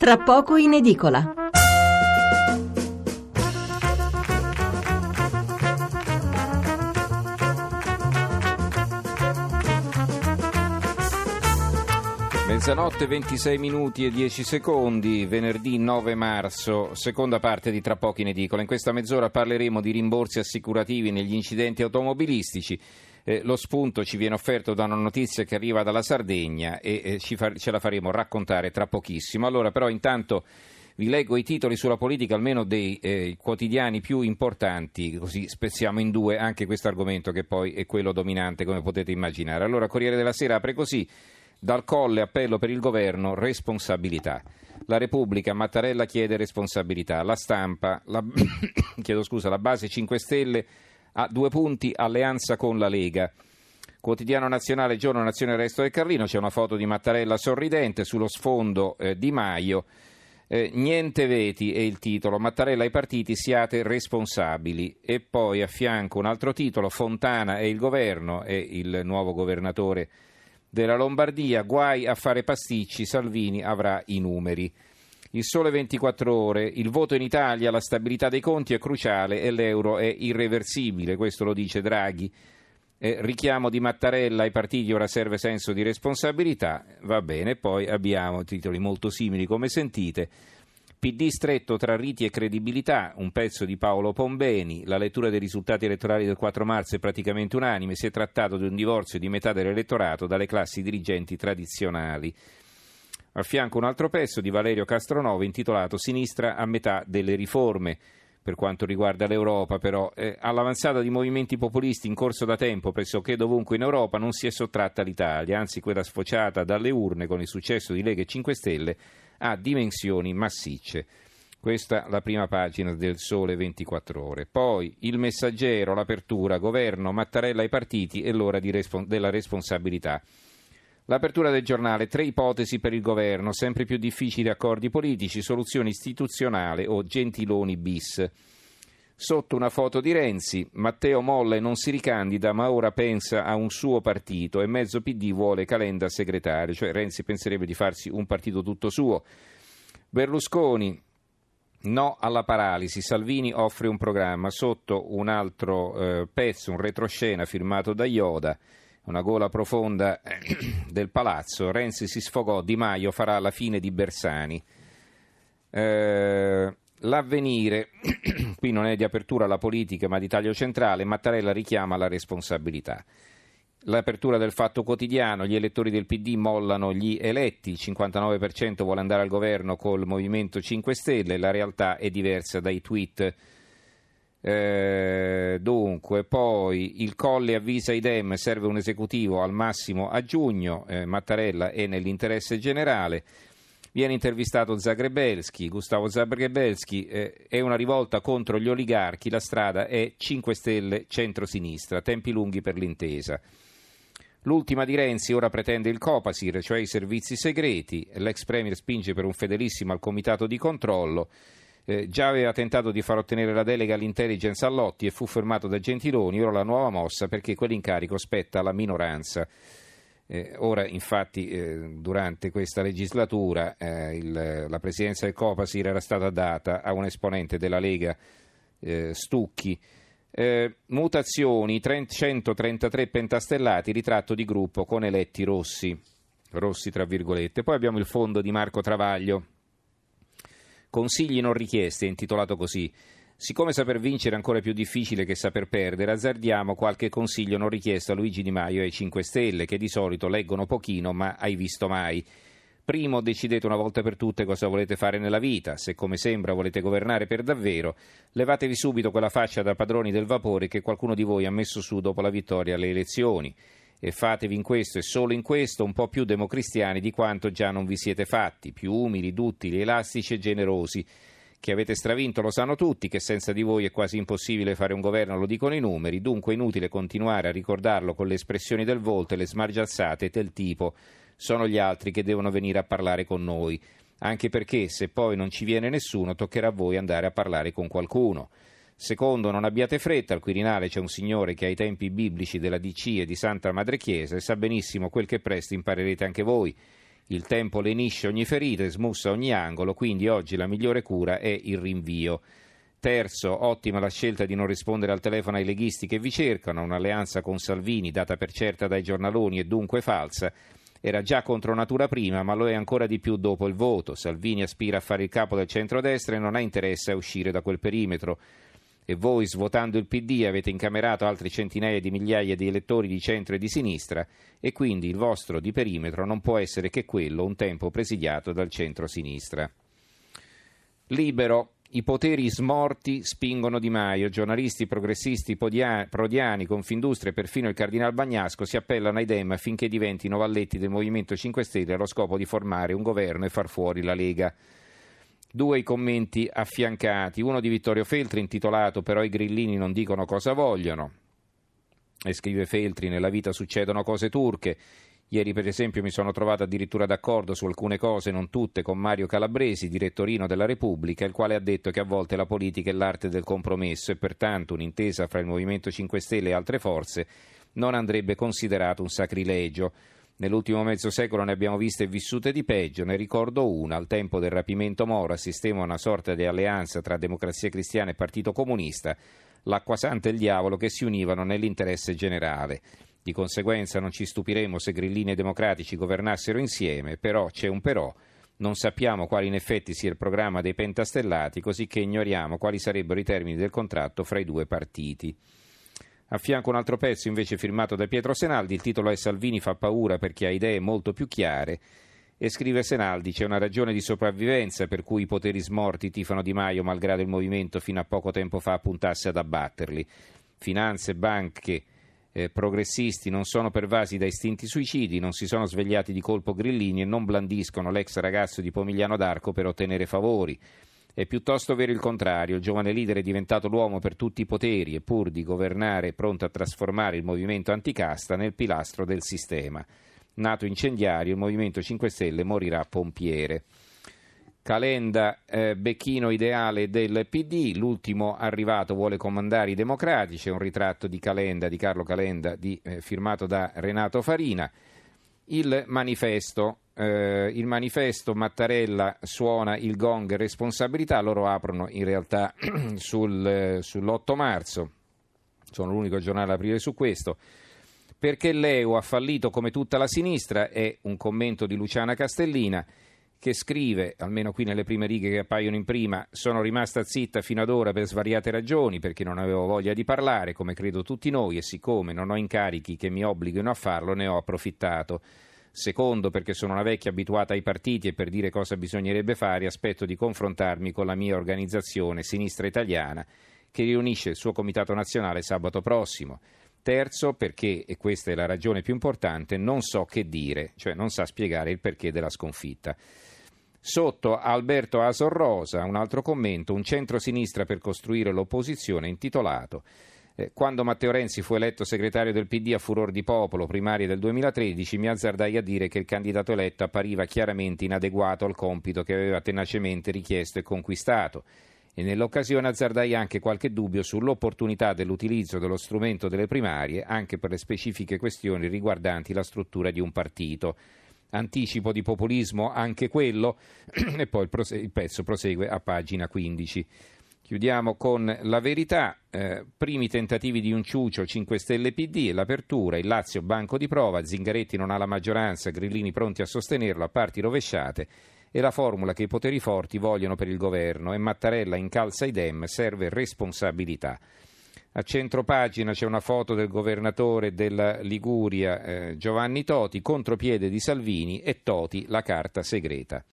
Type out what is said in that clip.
tra poco in edicola. Mezzanotte 26 minuti e 10 secondi, venerdì 9 marzo, seconda parte di Tra poco in edicola. In questa mezz'ora parleremo di rimborsi assicurativi negli incidenti automobilistici. Lo spunto ci viene offerto da una notizia che arriva dalla Sardegna e ce la faremo raccontare tra pochissimo. Allora, però, intanto vi leggo i titoli sulla politica, almeno dei quotidiani più importanti, così spezziamo in due anche questo argomento che poi è quello dominante, come potete immaginare. Allora, Corriere della Sera apre così: dal Colle appello per il governo, responsabilità. La Repubblica, Mattarella chiede responsabilità. La Stampa, la base 5 Stelle a 2 punti, alleanza con la Lega. Quotidiano Nazionale, Giorno, Nazione, Resto del Carlino, c'è una foto di Mattarella sorridente, sullo sfondo Di Maio. Niente veti è il titolo, Mattarella ai partiti, siate responsabili. E poi a fianco un altro titolo, Fontana e il governo, è il nuovo governatore della Lombardia, guai a fare pasticci, Salvini avrà i numeri. Il Sole 24 Ore, il voto in Italia, la stabilità dei conti è cruciale e l'euro è irreversibile, questo lo dice Draghi. Richiamo di Mattarella ai partiti, ora serve senso di responsabilità, va bene. Poi abbiamo titoli molto simili come sentite. PD stretto tra riti e credibilità, un pezzo di Paolo Pombeni, la lettura dei risultati elettorali del 4 marzo è praticamente unanime, si è trattato di un divorzio di metà dell'elettorato dalle classi dirigenti tradizionali. A fianco un altro pezzo di Valerio Castronovo intitolato Sinistra a metà delle riforme. Per quanto riguarda l'Europa, però, all'avanzata di movimenti populisti in corso da tempo pressoché dovunque in Europa non si è sottratta l'Italia, anzi quella sfociata dalle urne con il successo di Lega e 5 Stelle ha dimensioni massicce. Questa la prima pagina del Sole 24 Ore. Poi il Messaggero, l'apertura, governo, Mattarella ai partiti e l'ora della responsabilità. L'apertura del giornale, 3 ipotesi per il governo, sempre più difficili accordi politici, soluzione istituzionale o Gentiloni bis. Sotto una foto di Renzi, Matteo molla e non si ricandida ma ora pensa a un suo partito e mezzo PD vuole Calenda segretario, cioè Renzi penserebbe di farsi un partito tutto suo. Berlusconi, no alla paralisi, Salvini offre un programma. Sotto un altro pezzo, un retroscena firmato da Ioda. Una gola profonda del palazzo, Renzi si sfogò, Di Maio farà la fine di Bersani. L'Avvenire, qui non è di apertura alla politica ma di taglio centrale, Mattarella richiama la responsabilità. L'apertura del Fatto Quotidiano, gli elettori del PD mollano gli eletti, il 59% vuole andare al governo col Movimento 5 Stelle, la realtà è diversa dai tweet. Dunque, poi il Colle avvisa i Dem, serve un esecutivo al massimo a giugno, Mattarella è nell'interesse generale. Viene intervistato Gustavo Zagrebelski, è una rivolta contro gli oligarchi, la strada è 5 Stelle centrosinistra, tempi lunghi per l'intesa. L'ultima di Renzi, ora pretende il Copasir, cioè i servizi segreti, l'ex premier spinge per un fedelissimo al comitato di controllo. Già aveva tentato di far ottenere la delega all'intelligence a Lotti e fu fermato da Gentiloni, ora la nuova mossa perché quell'incarico spetta alla minoranza. Ora infatti durante questa legislatura la presidenza del Copasir era stata data a un esponente della Lega, Stucchi. Mutazioni, 133 pentastellati, ritratto di gruppo con eletti rossi tra virgolette. Poi abbiamo il fondo di Marco Travaglio. Consigli non richiesti, è intitolato così. Siccome saper vincere è ancora più difficile che saper perdere, azzardiamo qualche consiglio non richiesto a Luigi Di Maio e ai 5 Stelle, che di solito leggono pochino ma hai visto mai. Primo, decidete una volta per tutte cosa volete fare nella vita. Se come sembra volete governare per davvero, levatevi subito quella faccia da padroni del vapore che qualcuno di voi ha messo su dopo la vittoria alle elezioni. E fatevi in questo e solo in questo un po' più democristiani di quanto già non vi siete fatti, più umili, duttili, elastici e generosi. Che avete stravinto lo sanno tutti, che senza di voi è quasi impossibile fare un governo, lo dicono i numeri, dunque è inutile continuare a ricordarlo con le espressioni del volto e le smargiazzate del tipo sono gli altri che devono venire a parlare con noi, anche perché se poi non ci viene nessuno toccherà a voi andare a parlare con qualcuno. Secondo, non abbiate fretta, al Quirinale c'è un signore che ai tempi biblici della DC e di Santa Madre Chiesa e sa benissimo quel che presto imparerete anche voi. Il tempo lenisce ogni ferita e smussa ogni angolo, quindi oggi la migliore cura è il rinvio. Terzo, ottima la scelta di non rispondere al telefono ai leghisti che vi cercano, un'alleanza con Salvini data per certa dai giornaloni e dunque falsa. Era già contro natura prima, ma lo è ancora di più dopo il voto. Salvini aspira a fare il capo del centrodestra e non ha interesse a uscire da quel perimetro. E voi, svotando il PD, avete incamerato altri centinaia di migliaia di elettori di centro e di sinistra e quindi il vostro di perimetro non può essere che quello un tempo presidiato dal centro-sinistra. Libero. I poteri smorti spingono Di Maio. Giornalisti, progressisti, prodiani, Confindustria e perfino il cardinal Bagnasco si appellano ai Dem affinché diventino valletti del Movimento 5 Stelle allo scopo di formare un governo e far fuori la Lega. Due i commenti affiancati, uno di Vittorio Feltri intitolato «Però i grillini non dicono cosa vogliono». E scrive Feltri: «Nella vita succedono cose turche. Ieri per esempio mi sono trovato addirittura d'accordo su alcune cose, non tutte, con Mario Calabresi, direttorino della Repubblica, il quale ha detto che a volte la politica è l'arte del compromesso e pertanto un'intesa fra il Movimento 5 Stelle e altre forze non andrebbe considerato un sacrilegio. Nell'ultimo mezzo secolo ne abbiamo viste e vissute di peggio, ne ricordo una: al tempo del rapimento Moro assistemo a una sorta di alleanza tra Democrazia Cristiana e Partito Comunista, l'acquasanta e il diavolo che si univano nell'interesse generale. Di conseguenza non ci stupiremo se grillini e democratici governassero insieme, però c'è un però, non sappiamo quale in effetti sia il programma dei pentastellati, così che ignoriamo quali sarebbero i termini del contratto fra i due partiti». A fianco un altro pezzo invece firmato da Pietro Senaldi, il titolo è «Salvini fa paura perché ha idee molto più chiare», e scrive Senaldi: «C'è una ragione di sopravvivenza per cui i poteri smorti tifano Di Maio malgrado il movimento fino a poco tempo fa puntasse ad abbatterli. Finanze, banche, progressisti non sono pervasi da istinti suicidi, non si sono svegliati di colpo grillini e non blandiscono l'ex ragazzo di Pomigliano d'Arco per ottenere favori. È piuttosto vero il contrario, il giovane leader è diventato l'uomo per tutti i poteri e pur di governare è pronto a trasformare il movimento anticasta nel pilastro del sistema. Nato incendiario, il Movimento 5 Stelle morirà pompiere». Calenda, becchino ideale del PD, l'ultimo arrivato vuole comandare i democratici, è un ritratto di Calenda, di Carlo Calenda, firmato da Renato Farina. Il manifesto, Mattarella suona il gong responsabilità, loro aprono in realtà sull'8 marzo, sono l'unico giornale ad aprire su questo. Perché l'EU ha fallito come tutta la sinistra, è un commento di Luciana Castellina, che scrive, almeno qui nelle prime righe che appaiono in prima: «Sono rimasta zitta fino ad ora per svariate ragioni, perché non avevo voglia di parlare, come credo tutti noi, e siccome non ho incarichi che mi obblighino a farlo, ne ho approfittato. Secondo, perché sono una vecchia abituata ai partiti e per dire cosa bisognerebbe fare aspetto di confrontarmi con la mia organizzazione Sinistra Italiana, che riunisce il suo comitato nazionale sabato prossimo. Terzo, perché, e questa è la ragione più importante, non so che dire, cioè non sa spiegare il perché della sconfitta». Sotto Alberto Asorrosa, un altro commento: «Un centro-sinistra per costruire l'opposizione», intitolato «Quando Matteo Renzi fu eletto segretario del PD a furor di popolo, primarie del 2013, mi azzardai a dire che il candidato eletto appariva chiaramente inadeguato al compito che aveva tenacemente richiesto e conquistato. E nell'occasione azzardai anche qualche dubbio sull'opportunità dell'utilizzo dello strumento delle primarie anche per le specifiche questioni riguardanti la struttura di un partito. Anticipo di populismo anche quello?» e poi il pezzo prosegue a pagina 15. Chiudiamo con La Verità, primi tentativi di un ciucio 5 Stelle PD e l'apertura, il Lazio banco di prova, Zingaretti non ha la maggioranza, Grillini pronti a sostenerlo a parti rovesciate e la formula che i poteri forti vogliono per il governo, e Mattarella incalza i Dem, serve responsabilità. A centropagina c'è una foto del governatore della Liguria, Giovanni Toti, contropiede di Salvini e Toti la carta segreta.